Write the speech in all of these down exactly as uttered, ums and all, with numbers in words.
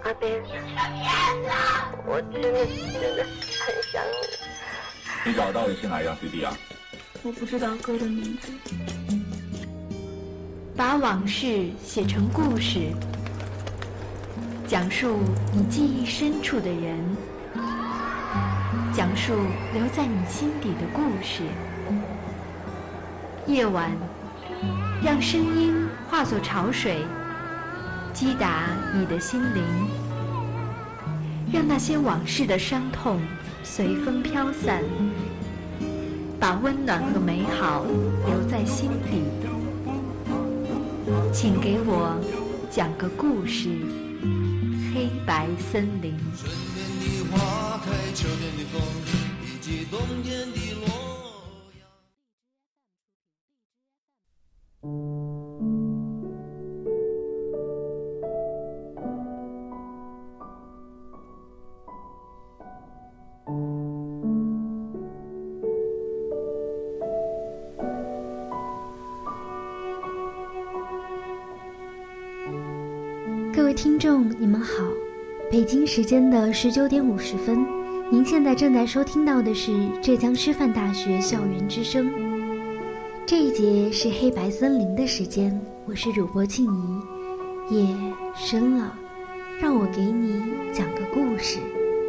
阿边，我真的真的很想你。 你找到的是哪样 C D 啊？ 我不知道歌的名字。 把往事写成故事，讲述你记忆深处的人，讲述留在你心底的故事。夜晚，让声音化作潮水，击打你的心灵，让那些往事的伤痛随风飘散，把温暖和美好留在心底。请给我讲个故事，黑白森林。 春天的花开，秋天的风，以及冬天的洛阳。 各位听众，你们好，北京时间的十九点五十分，您现在正在收听到的是浙江师范大学校园之声。这一节是黑白森林的时间，我是主播庆怡。夜深了，让我给你讲个故事。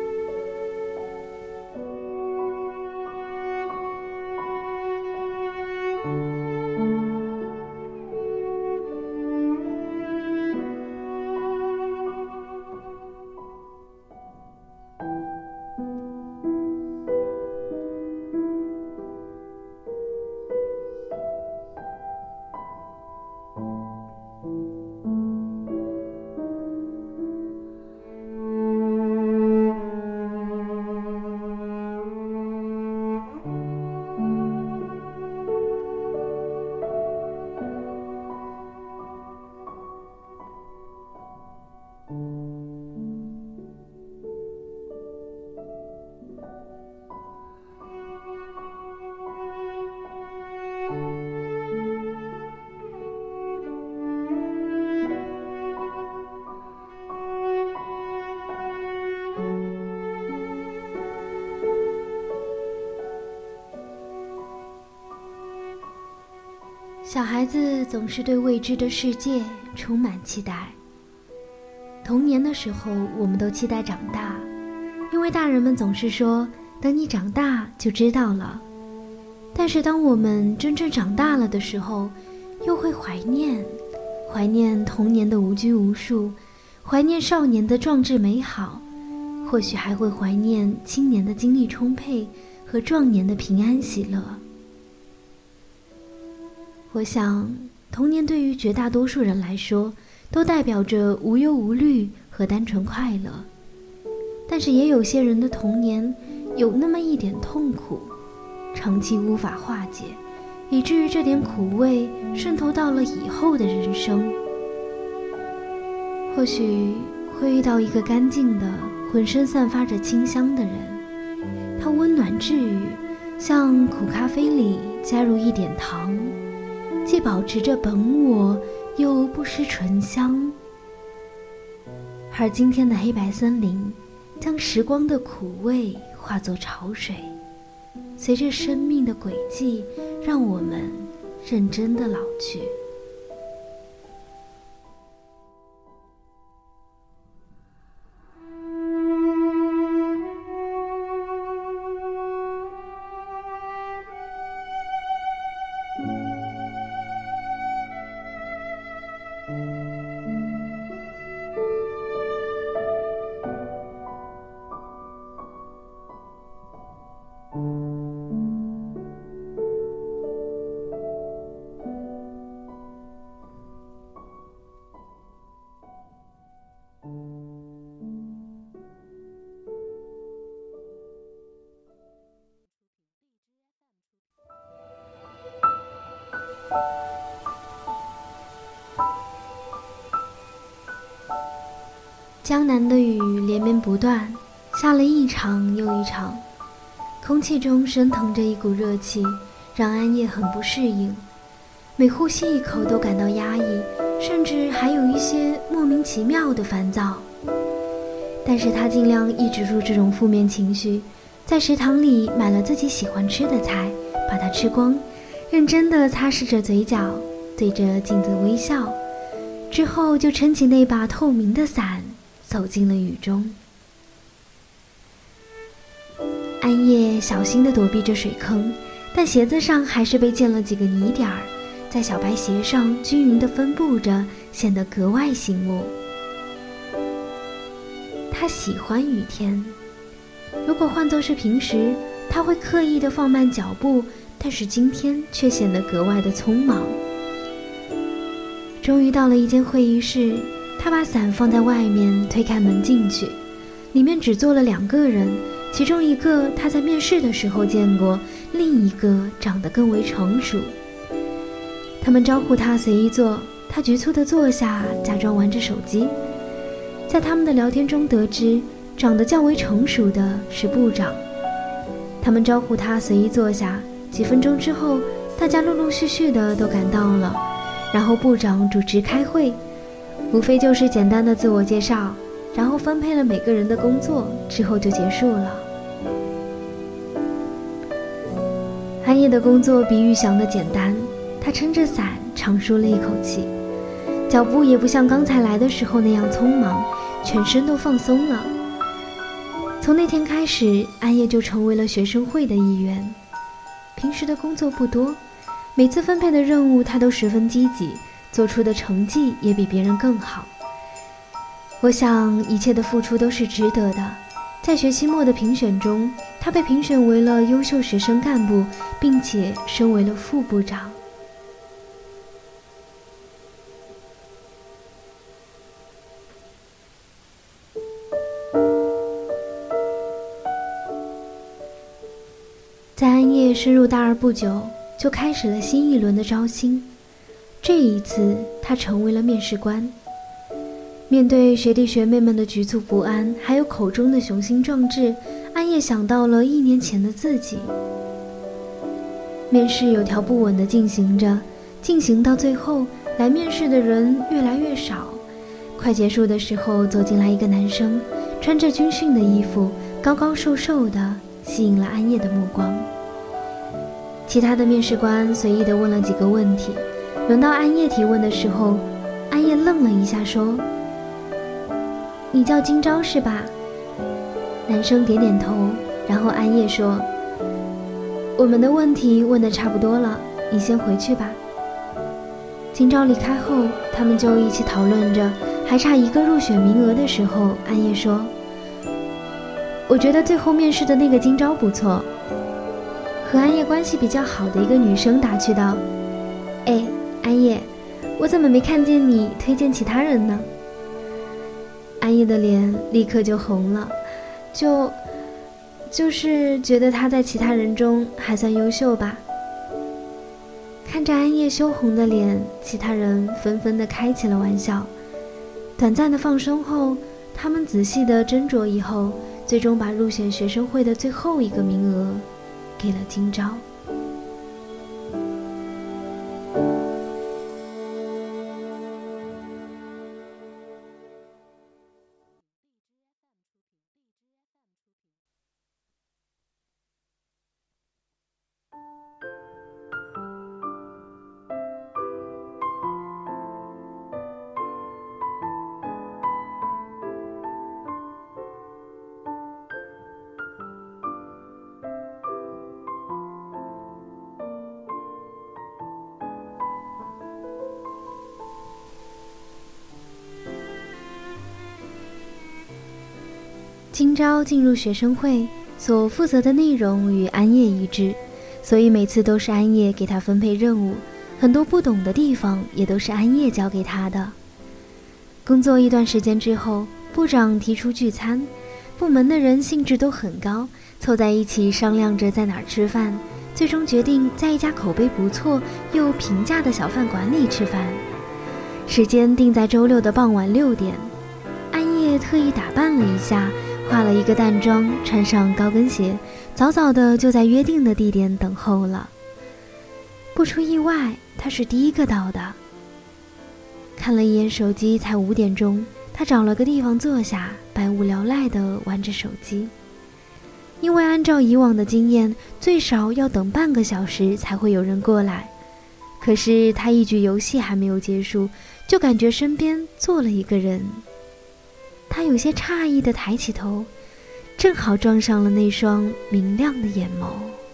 小孩子总是对未知的世界充满期待。童年的时候，我们都期待长大，因为大人们总是说，等你长大就知道了。但是当我们真正长大了的时候，又会怀念，怀念童年的无拘无束，怀念少年的壮志美好，或许还会怀念青年的精力充沛和壮年的平安喜乐。我想，童年对于绝大多数人来说，都代表着无忧无虑和单纯快乐。但是也有些人的童年有那么一点痛苦，长期无法化解，以至于这点苦味渗透到了以后的人生。或许会遇到一个干净的、浑身散发着清香的人，他温暖治愈，像苦咖啡里加入一点糖，既保持着本我，又不失醇香。而今天的黑白森林，将时光的苦味化作潮水，随着生命的轨迹，让我们认真的老去。江南的雨连绵不断，下了一场又一场，空气中升腾着一股热气，让安叶很不适应，每呼吸一口都感到压抑，甚至还有一些莫名其妙的烦躁。 但是他尽量抑制住这种负面情绪，在食堂里买了自己喜欢吃的菜，把它吃光，认真地擦拭着嘴角，对着镜子微笑，之后就撑起那把透明的伞，走进了雨中。安叶小心地躲避着水坑，但鞋子上还是被溅了几个泥点儿，在小白鞋上均匀地分布着，显得格外醒目。他喜欢雨天，如果换作是平时，他会刻意地放慢脚步，但是今天却显得格外的匆忙。终于到了一间会议室，他把伞放在外面，推开门进去，里面只坐了两个人，其中一个他在面试的时候见过，另一个长得更为成熟。他们招呼他随意坐，他局促地坐下，假装玩着手机。在他们的聊天中得知，长得较为成熟的是部长。他们招呼他随意坐下，几分钟之后，大家陆陆续续的都赶到了，然后部长主持开会，无非就是简单的自我介绍，然后分配了每个人的工作，之后就结束了。安叶的工作比预想的简单，他撑着伞长舒了一口气，脚步也不像刚才来的时候那样匆忙，全身都放松了。从那天开始，安叶就成为了学生会的一员。平时的工作不多，每次分配的任务他都十分积极，做出的成绩也比别人更好。我想一切的付出都是值得的。在学期末的评选中，他被评选为了优秀学生干部，并且升为了副部长。在安叶升入大二不久，就开始了新一轮的招新。这一次，他成为了面试官。面对学弟学妹们的局促不安，还有口中的雄心壮志，安叶想到了一年前的自己。面试有条不紊地进行着，进行到最后，来面试的人越来越少。快结束的时候，走进来一个男生，穿着军训的衣服，高高瘦瘦的，吸引了安叶的目光。其他的面试官随意地问了几个问题，轮到安叶提问的时候，安叶愣了一下说：“你叫金钊是吧？”男生点点头，然后安叶说：“我们的问题问得差不多了，你先回去吧。”金钊离开后，他们就一起讨论着，还差一个入选名额的时候，安叶说：“我觉得最后面试的那个金钊不错。”和安叶关系比较好的一个女生打趣道：“哎，安叶，我怎么没看见你推荐其他人呢？”安叶的脸立刻就红了，就就是觉得他在其他人中还算优秀吧。看着安叶羞红的脸，其他人纷纷地开起了玩笑。短暂的放松后，他们仔细地斟酌以后，最终把入选学生会的最后一个名额给了金钊。金钊进入学生会所负责的内容与安叶一致，所以每次都是安叶给他分配任务，很多不懂的地方也都是安叶教给他的。工作一段时间之后，部长提出聚餐，部门的人兴致都很高，凑在一起商量着在哪儿吃饭，最终决定在一家口碑不错又平价的小饭馆里吃饭。时间定在周六的傍晚六点。安叶特意打扮了一下，化了一个淡妆，穿上高跟鞋，早早的就在约定的地点等候了。不出意外，他是第一个到的。看了一眼手机，才五点钟，他他找了个地方坐下，百无聊赖地玩着手机。因为按照以往的经验，最少要等半个小时才会有人过来。可是他一局游戏还没有结束，就感觉身边坐了一个人。他有些诧异地抬起头，正好撞上了那双明亮的眼眸。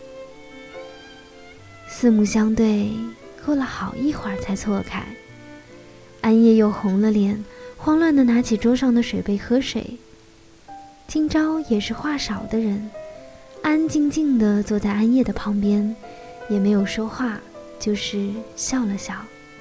四目相对，过了好一会儿才错开。安叶又红了脸，慌乱地拿起桌上的水杯喝水。今朝也是话少的人，安安静静地坐在安叶的旁边，也没有说话，就是笑了笑。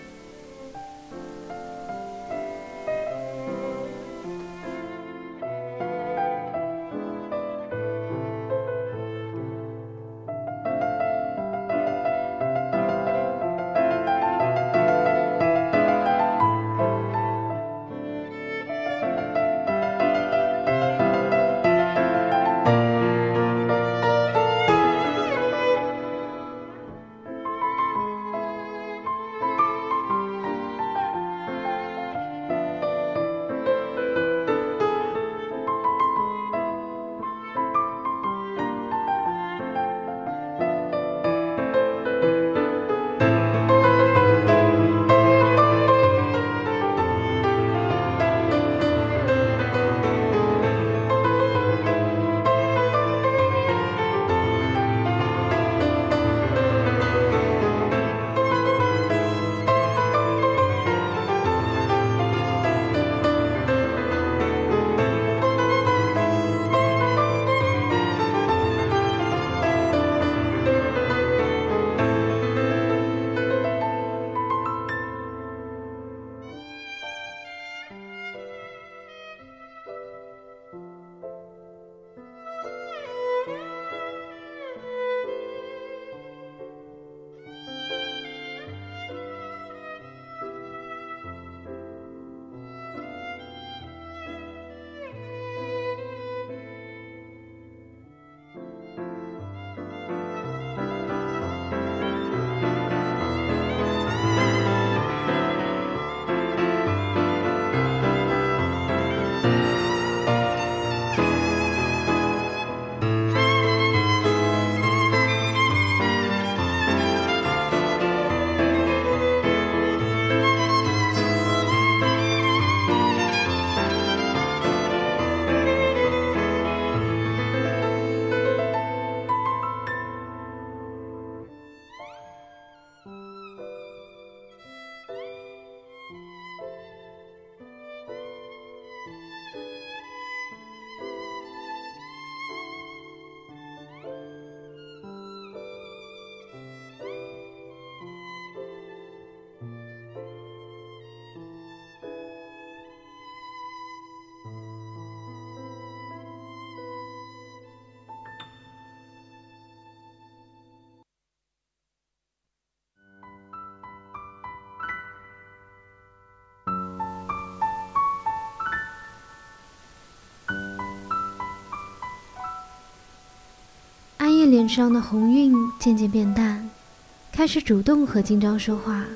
脸上的红晕渐渐变淡，开始主动和今朝说话。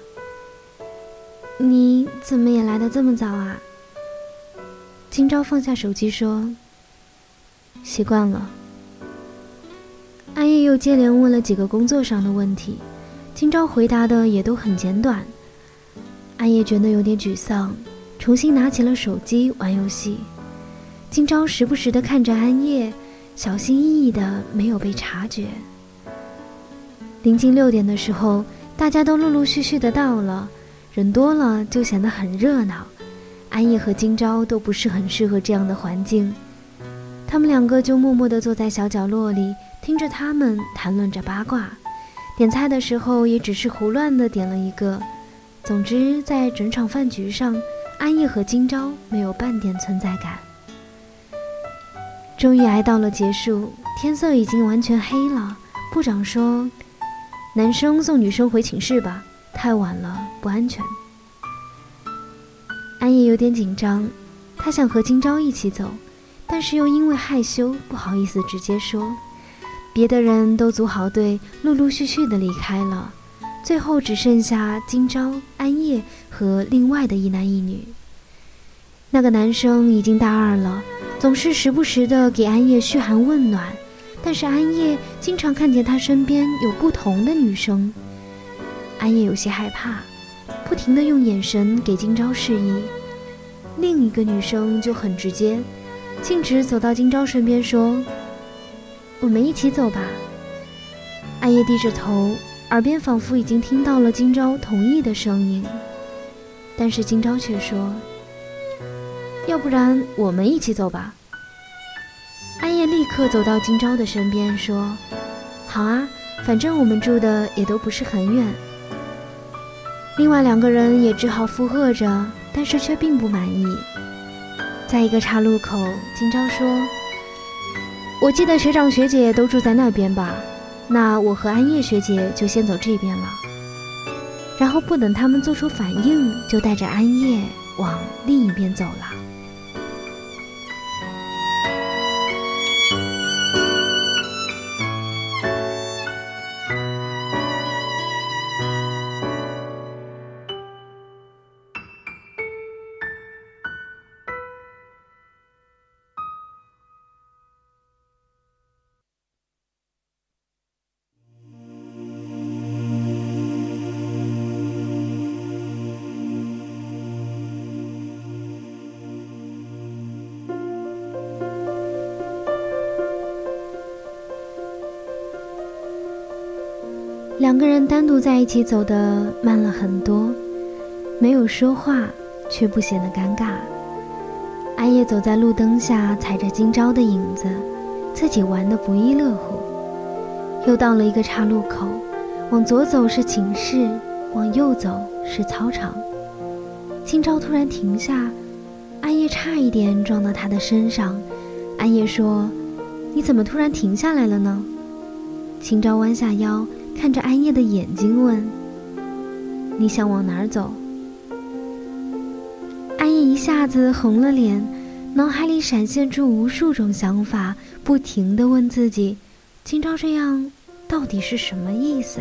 你怎么也来得这么早啊？今朝放下手机说，习惯了。安叶又接连问了几个工作上的问题，今朝回答的也都很简短。安叶觉得有点沮丧，重新拿起了手机玩游戏。今朝时不时地看着安叶，小心翼翼的没有被察觉。临近六点的时候，大家都陆陆续续的到了，人多了就显得很热闹。安叶和今朝都不是很适合这样的环境，他们两个就默默地坐在小角落里，听着他们谈论着八卦。点菜的时候也只是胡乱地点了一个。总之，在整场饭局上，安叶和今朝没有半点存在感。终于挨到了结束，天色已经完全黑了。部长说，男生送女生回寝室吧，太晚了不安全。安叶有点紧张，他想和今朝一起走，但是又因为害羞不好意思直接说。别的人都组好队，陆陆续续的离开了，最后只剩下今朝、安叶和另外的一男一女。 那个男生已经大二了，总是时不时的给安叶嘘寒问暖，但是安叶经常看见他身边有不同的女生。安叶有些害怕，不停地用眼神给今朝示意。另一个女生就很直接，径直走到今朝身边说：“我们一起走吧。”安叶低着头，耳边仿佛已经听到了今朝同意的声音，但是今朝却说：“要不然我们一起走吧。”安叶立刻走到今朝的身边说：“好啊，反正我们住的也都不是很远。”另外两个人也只好附和着，但是却并不满意。在一个岔路口，今朝说：“我记得学长学姐都住在那边吧？那我和安叶学姐就先走这边了。”然后不等他们做出反应，就带着安叶往另一边走了。两个人单独在一起走得慢了很多，没有说话，却不显得尴尬。安叶走在路灯下，踩着今朝的影子，自己玩得不亦乐乎。又到了一个岔路口，往左走是寝室，往右走是操场。今朝突然停下，安叶差一点撞到他的身上。安叶说：“你怎么突然停下来了呢？”今朝弯下腰，看着安叶的眼睛问：“你想往哪儿走？”安叶一下子红了脸，脑海里闪现出无数种想法，不停地问自己：今朝这样到底是什么意思？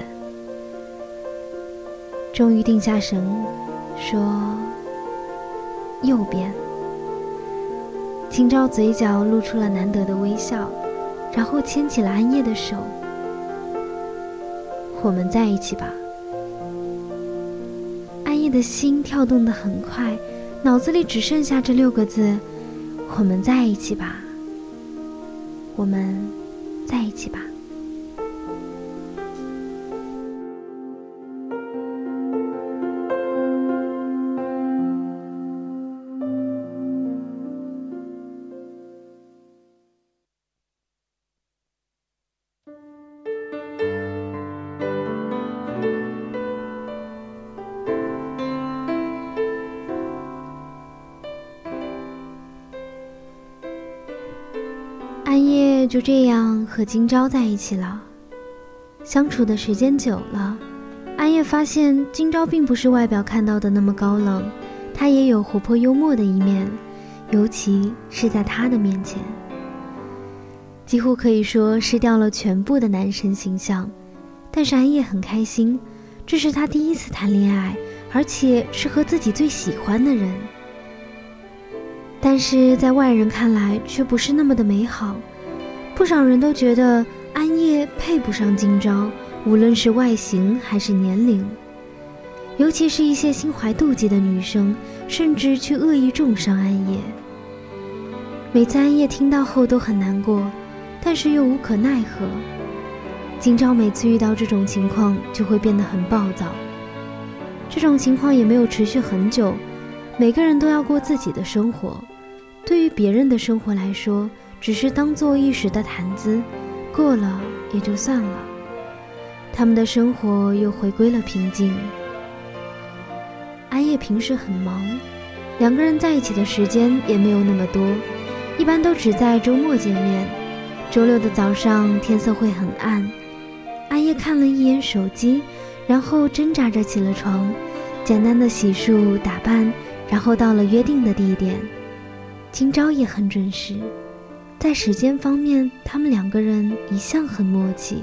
终于定下神，说：“右边。”今朝嘴角露出了难得的微笑，然后牵起了安叶的手：“我们在一起吧。”安叶的心跳动得很快，脑子里只剩下这六个字：我们在一起吧，我们在一起吧。安叶就这样和今朝在一起了。相处的时间久了，安叶发现今朝并不是外表看到的那么高冷，他也有活泼幽默的一面，尤其是在他的面前，几乎可以说失掉了全部的男神形象。但是安叶很开心，这是他第一次谈恋爱，而且是和自己最喜欢的人。但是在外人看来却不是那么的美好，不少人都觉得安叶配不上今朝，无论是外形还是年龄。尤其是一些心怀妒忌的女生，甚至去恶意重伤安叶。每次安叶听到后都很难过，但是又无可奈何。今朝每次遇到这种情况就会变得很暴躁，这种情况也没有持续很久，每个人都要过自己的生活，对于别人的生活来说，只是当做一时的谈资，过了也就算了。他们的生活又回归了平静。安叶平时很忙，两个人在一起的时间也没有那么多，一般都只在周末见面。周六的早上天色会很暗，安叶看了一眼手机，然后挣扎着起了床，简单的洗漱打扮，然后到了约定的地点。今朝也很准时，在时间方面他们两个人一向很默契。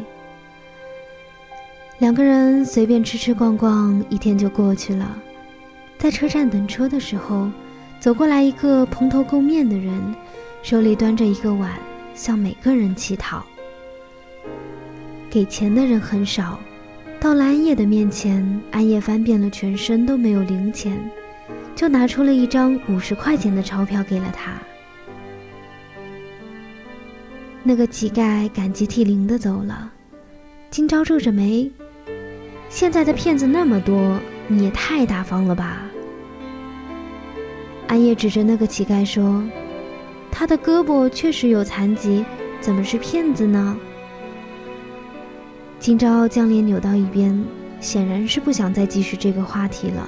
两个人随便吃吃逛逛，一天就过去了。在车站等车的时候， 走过来一个蓬头垢面的人，手里端着一个碗，向每个人乞讨。给钱的人很少，到了安叶的面前，安叶翻遍了全身都没有零钱，就拿出了一张五十块钱的钞票给了他。那个乞丐感激涕零地走了。金钊皱着眉，现在的骗子那么多，你也太大方了吧。安叶指着那个乞丐说，他的胳膊确实有残疾，怎么是骗子呢？金钊将脸扭到一边，显然是不想再继续这个话题了。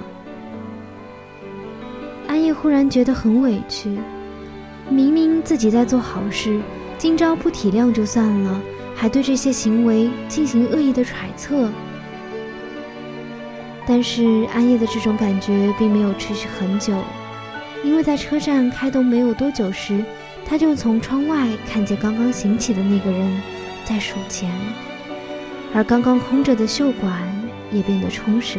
安叶忽然觉得很委屈，明明自己在做好事，金钊不体谅就算了，还对这些行为进行恶意的揣测。但是安叶的这种感觉并没有持续很久，因为在车站开动没有多久时，他就从窗外看见刚刚行起的那个人在数钱，而刚刚空着的袖管也变得充实了。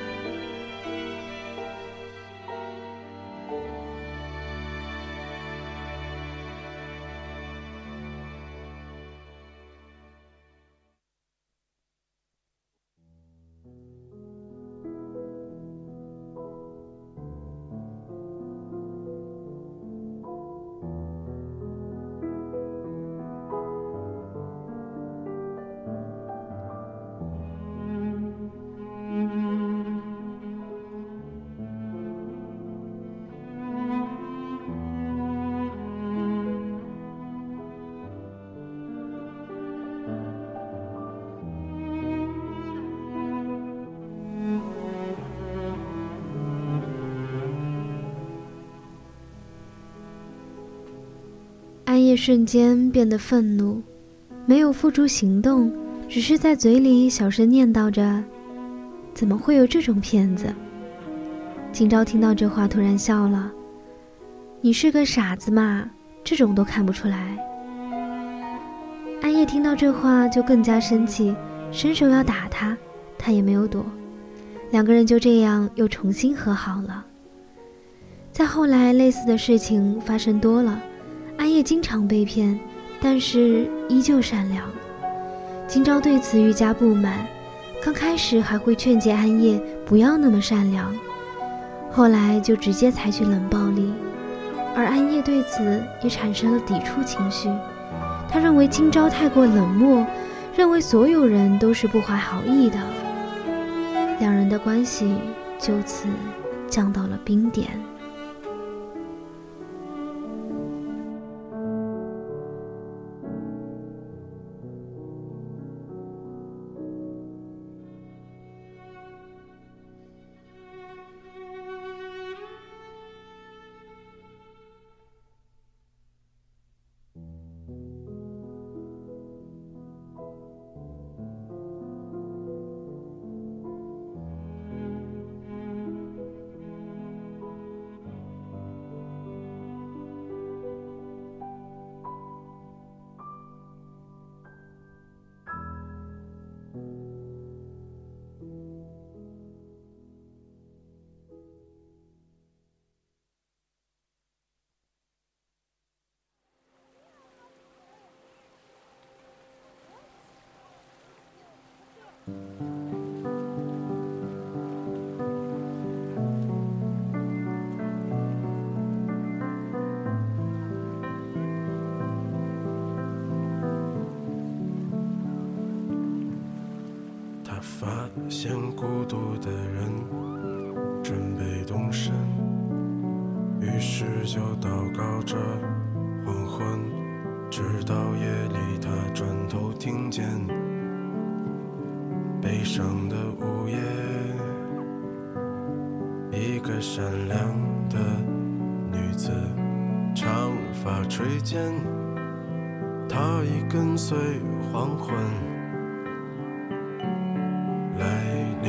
安叶瞬间变得愤怒，没有付诸行动，只是在嘴里小声念叨着，怎么会有这种骗子。金钊听到这话突然笑了，你是个傻子嘛，这种都看不出来。安叶听到这话就更加生气，伸手要打他，他也没有躲，两个人就这样又重新和好了。再后来类似的事情发生多了，安叶经常被骗，但是依旧善良。金钊对此愈加不满，刚开始还会劝诫安叶不要那么善良，后来就直接采取冷暴力，而安叶对此也产生了抵触情绪。他认为金钊太过冷漠，认为所有人都是不怀好意的，两人的关系就此降到了冰点。 他发现孤独的人准备动身，于是就祷告着黄昏，直到夜里他转头听见悲伤的午夜，一个善良的女子，长发垂肩，她已跟随黄昏来临，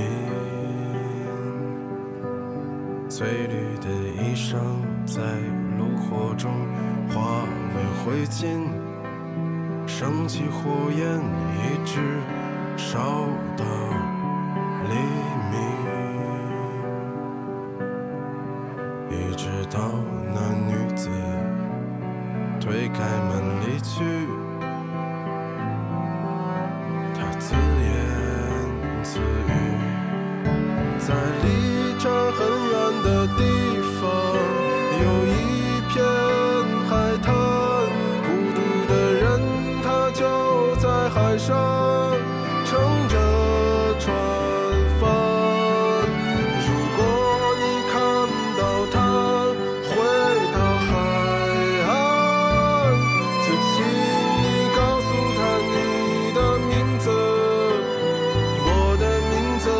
翠绿的衣裳在炉火中化为灰烬，升起火焰一直烧到黎明，一直到推开门离去，他自言自语，在离这儿很远的地方有一片海滩，孤独的人他就在海上乘着船帆。如果你看到他回到海岸，就请你告诉他你的名字，我的名字。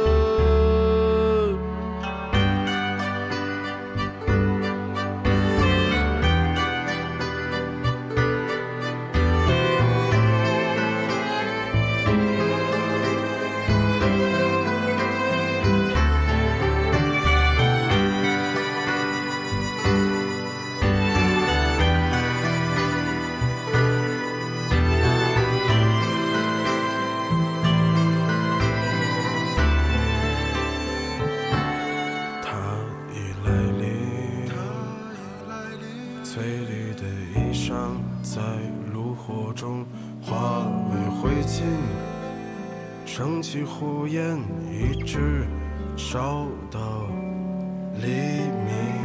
翠绿的衣裳在炉火中化为灰烬，升起火焰一直烧到黎明，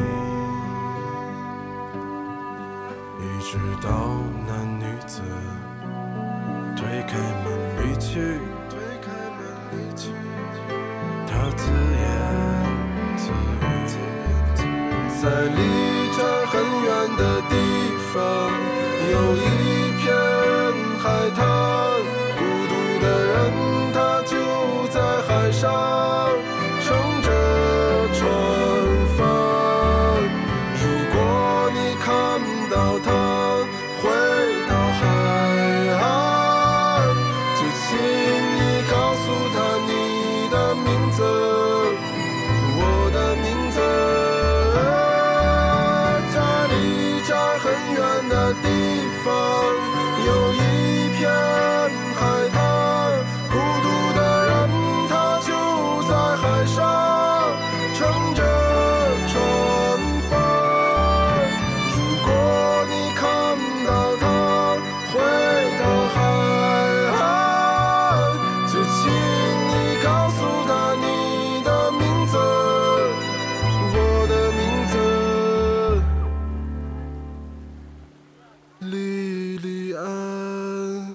一直到那女子推开门离去，推开门离去，她自言自语，在离这儿很远的地方有一片海滩，孤独的人他就在海上乘着船帆。如果你看到他回到海岸，就请你告诉他你的名字，我的名字。很远的地方有一片海滩，孤独的人他就在海上乘着船帆。如果你看到他回到海岸，就请你告诉他你的名字，我的名字。莉莉安。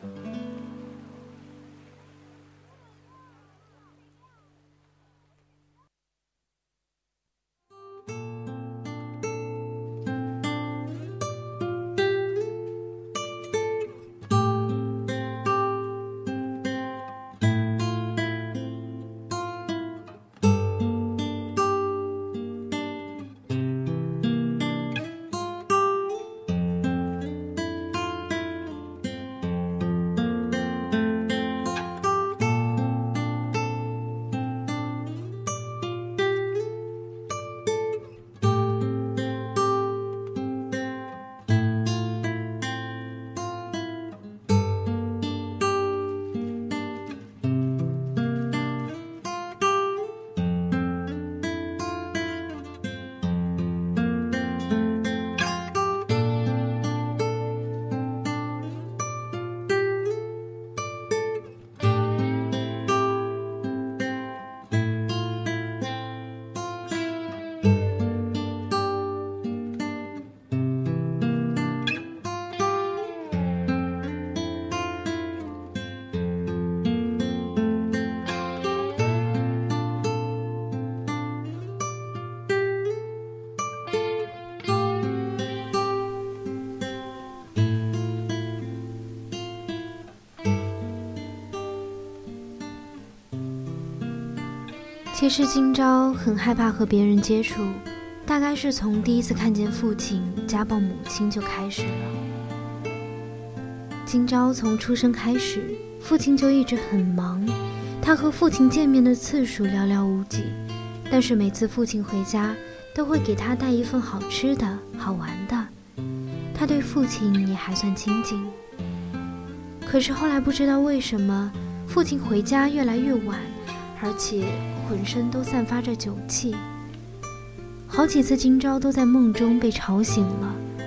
其实今朝很害怕和别人接触，大概是从第一次看见父亲家暴母亲就开始了。今朝从出生开始，父亲就一直很忙，他和父亲见面的次数寥寥无几，但是每次父亲回家都会给他带一份好吃的好玩的，他对父亲也还算亲近。可是后来不知道为什么，父亲回家越来越晚，而且浑身都散发着酒气。好几次今朝都在梦中被吵醒了，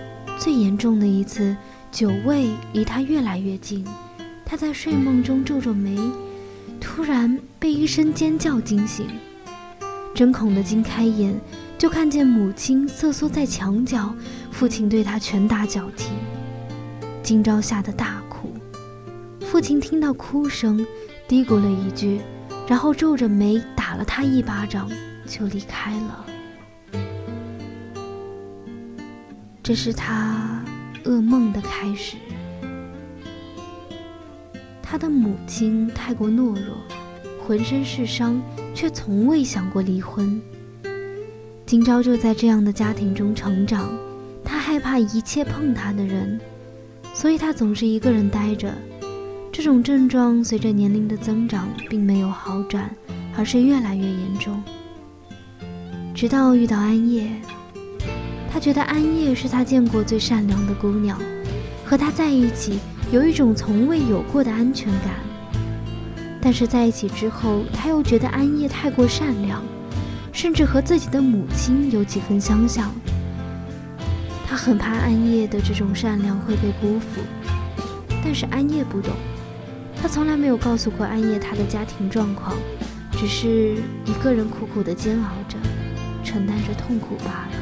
最严重的一次，酒味离他越来越近，他在睡梦中皱皱眉，突然被一声尖叫惊醒，睁孔的惊开眼，就看见母亲瑟缩在墙角，父亲对他拳打脚踢。今朝吓得大哭，父亲听到哭声，嘀咕了一句，然后皱着眉打了他一巴掌，就离开了。这是他噩梦的开始。他的母亲太过懦弱，浑身是伤，却从未想过离婚。今朝就在这样的家庭中成长，他害怕一切碰他的人，所以他总是一个人待着。这种症状随着年龄的增长并没有好转，而是越来越严重。直到遇到安叶，他觉得安叶是他见过最善良的姑娘，和她在一起有一种从未有过的安全感。但是在一起之后，他又觉得安叶太过善良，甚至和自己的母亲有几分相像。他很怕安叶的这种善良会被辜负，但是安叶不懂，他从来没有告诉过安叶他的家庭状况，只是一个人苦苦地煎熬着，承担着痛苦罢了。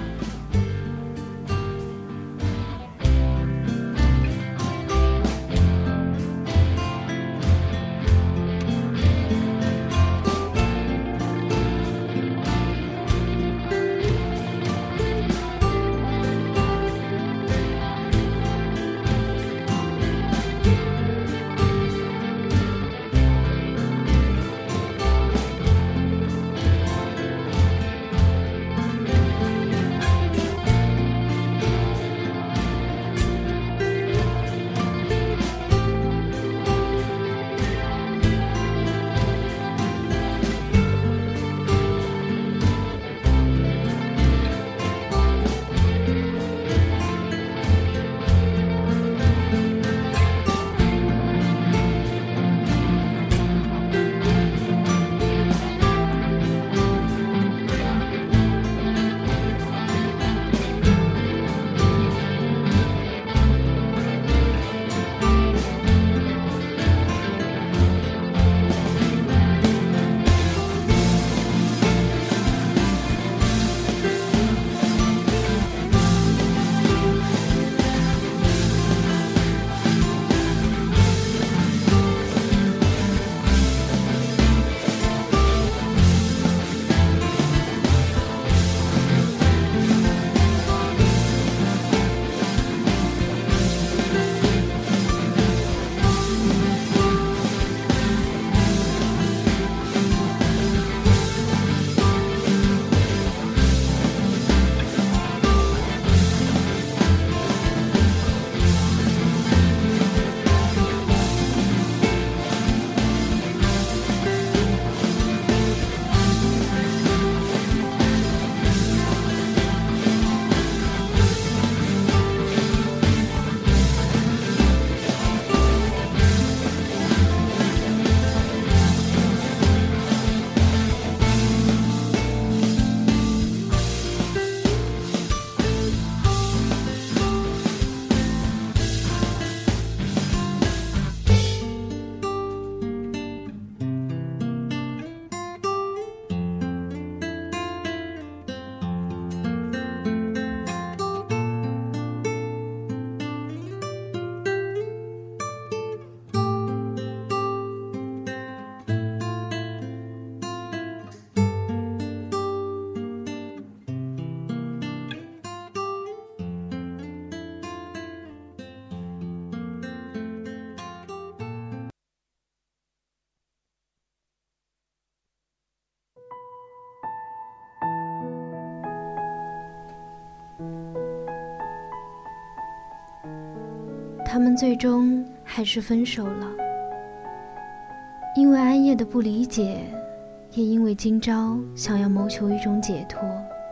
他们最终还是分手了，因为安叶的不理解，也因为今朝想要谋求一种解脱。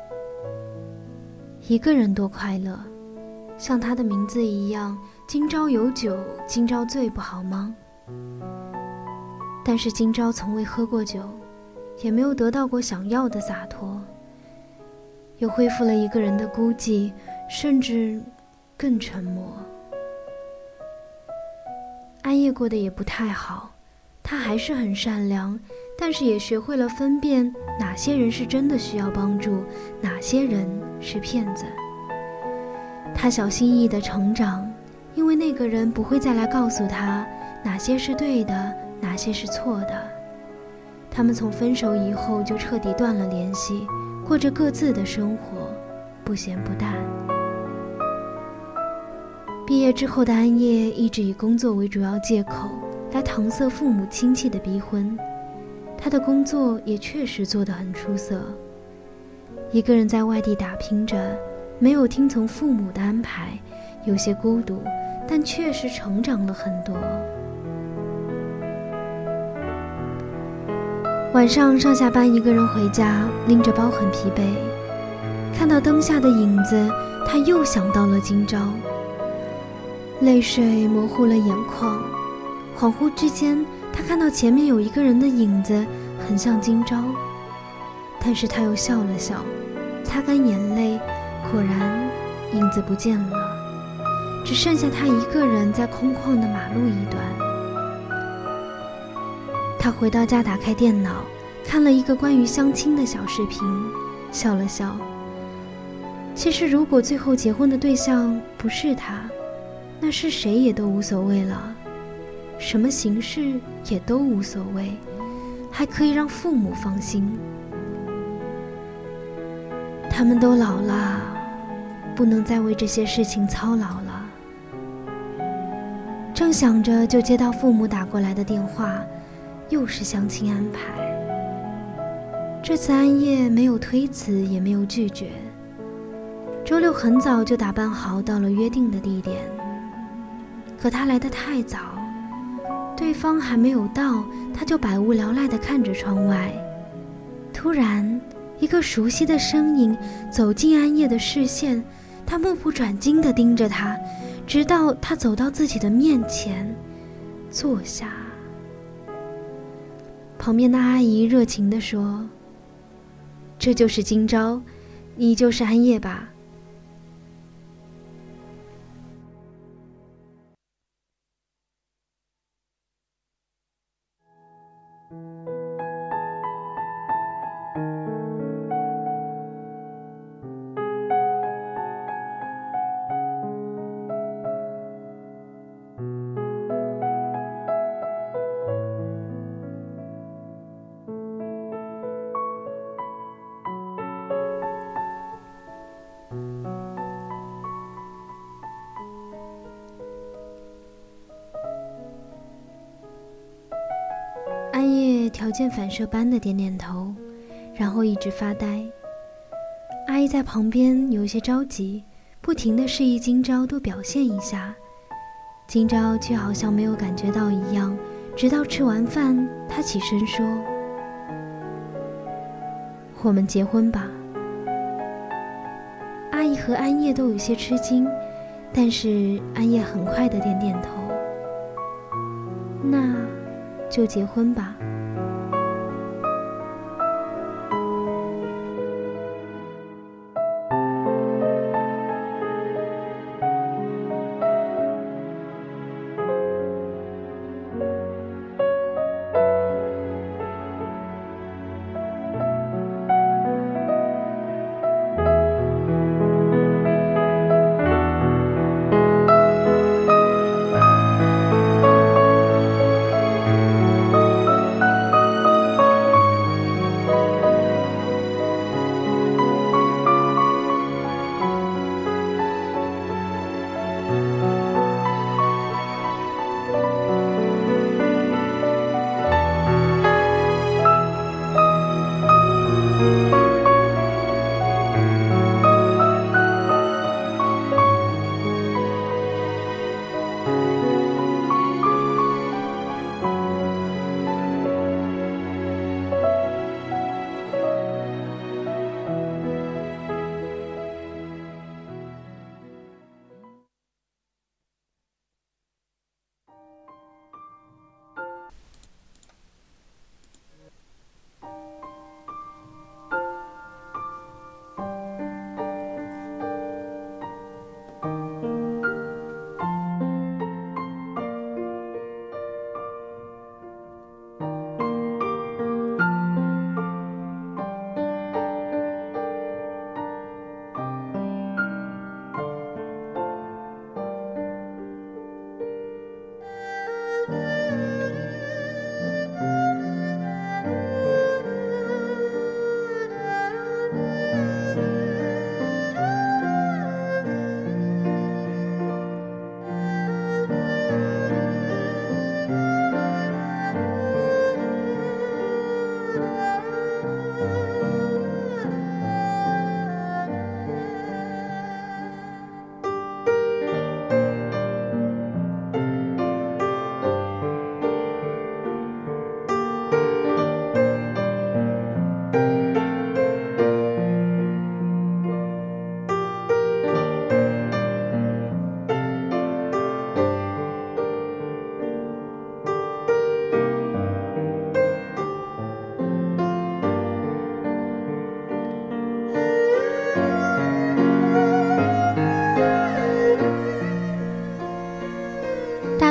一个人多快乐，像他的名字一样，今朝有酒今朝醉，不好吗？但是今朝从未喝过酒，也没有得到过想要的洒脱，又恢复了一个人的孤寂，甚至更沉默。安叶过得也不太好，他还是很善良，但是也学会了分辨哪些人是真的需要帮助，哪些人是骗子。他小心翼翼地成长，因为那个人不会再来告诉他哪些是对的，哪些是错的。他们从分手以后就彻底断了联系，过着各自的生活，不咸不淡。毕业之后的安叶一直以工作为主要借口来搪塞父母亲戚的逼婚，他的工作也确实做得很出色。一个人在外地打拼着，没有听从父母的安排，有些孤独，但确实成长了很多。晚上上下班一个人回家，拎着包很疲惫，看到灯下的影子，他又想到了今朝。泪水模糊了眼眶，恍惚之间他看到前面有一个人的影子，很像今朝，但是他又笑了笑，擦干眼泪，果然影子不见了，只剩下他一个人在空旷的马路一端。他回到家，打开电脑，看了一个关于相亲的小视频，笑了笑。其实如果最后结婚的对象不是他，那是谁也都无所谓了，什么形式也都无所谓，还可以让父母放心。他们都老了，不能再为这些事情操劳了。正想着，就接到父母打过来的电话，又是相亲安排。这次安叶没有推辞，也没有拒绝。周六很早就打扮好，到了约定的地点。可他来得太早，对方还没有到，他就百无聊赖地看着窗外。突然，一个熟悉的身影走进安叶的视线，他目不转睛地盯着他，直到他走到自己的面前，坐下。旁边的阿姨热情地说：“这就是今朝，你就是安叶吧？”安叶条件反射般的点点头，然后一直发呆。阿姨在旁边有些着急，不停地示意今朝多表现一下，今朝却好像没有感觉到一样。直到吃完饭，她起身说：“我们结婚吧。”阿姨和安叶都有些吃惊，但是安叶很快地点点头。那就结婚吧。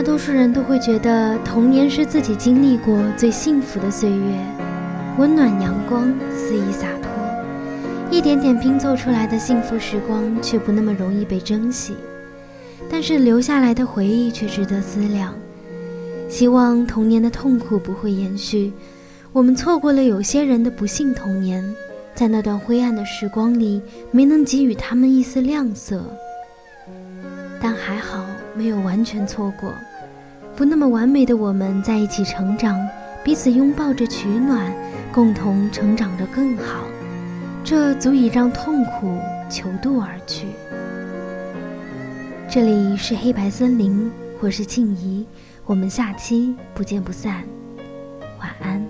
多数人都会觉得童年是自己经历过最幸福的岁月，温暖阳光，肆意洒脱，一点点拼凑出来的幸福时光却不那么容易被珍惜，但是留下来的回忆却值得思量。希望童年的痛苦不会延续，我们错过了有些人的不幸童年，在那段灰暗的时光里没能给予他们一丝亮色，但还好没有完全错过。不那么完美的我们在一起成长，彼此拥抱着取暖，共同成长得更好，这足以让痛苦求渡而去。这里是黑白森林，我是庆怡，我们下期不见不散，晚安。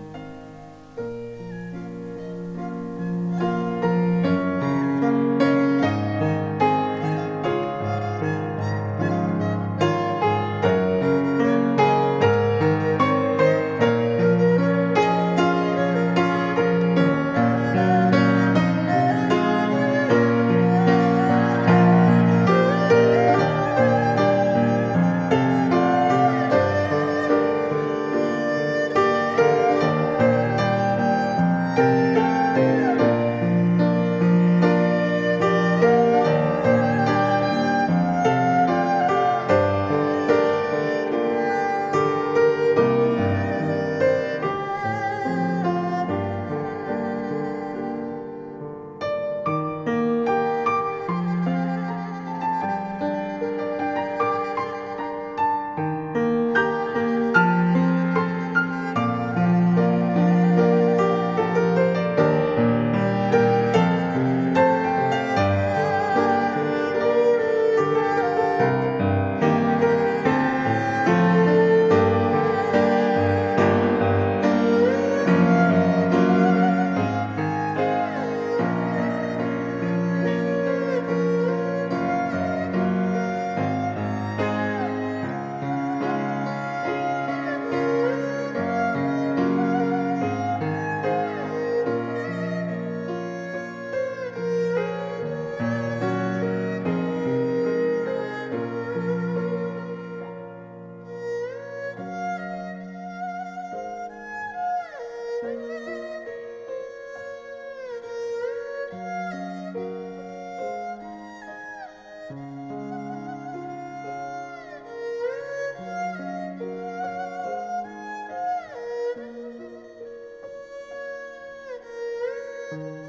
了。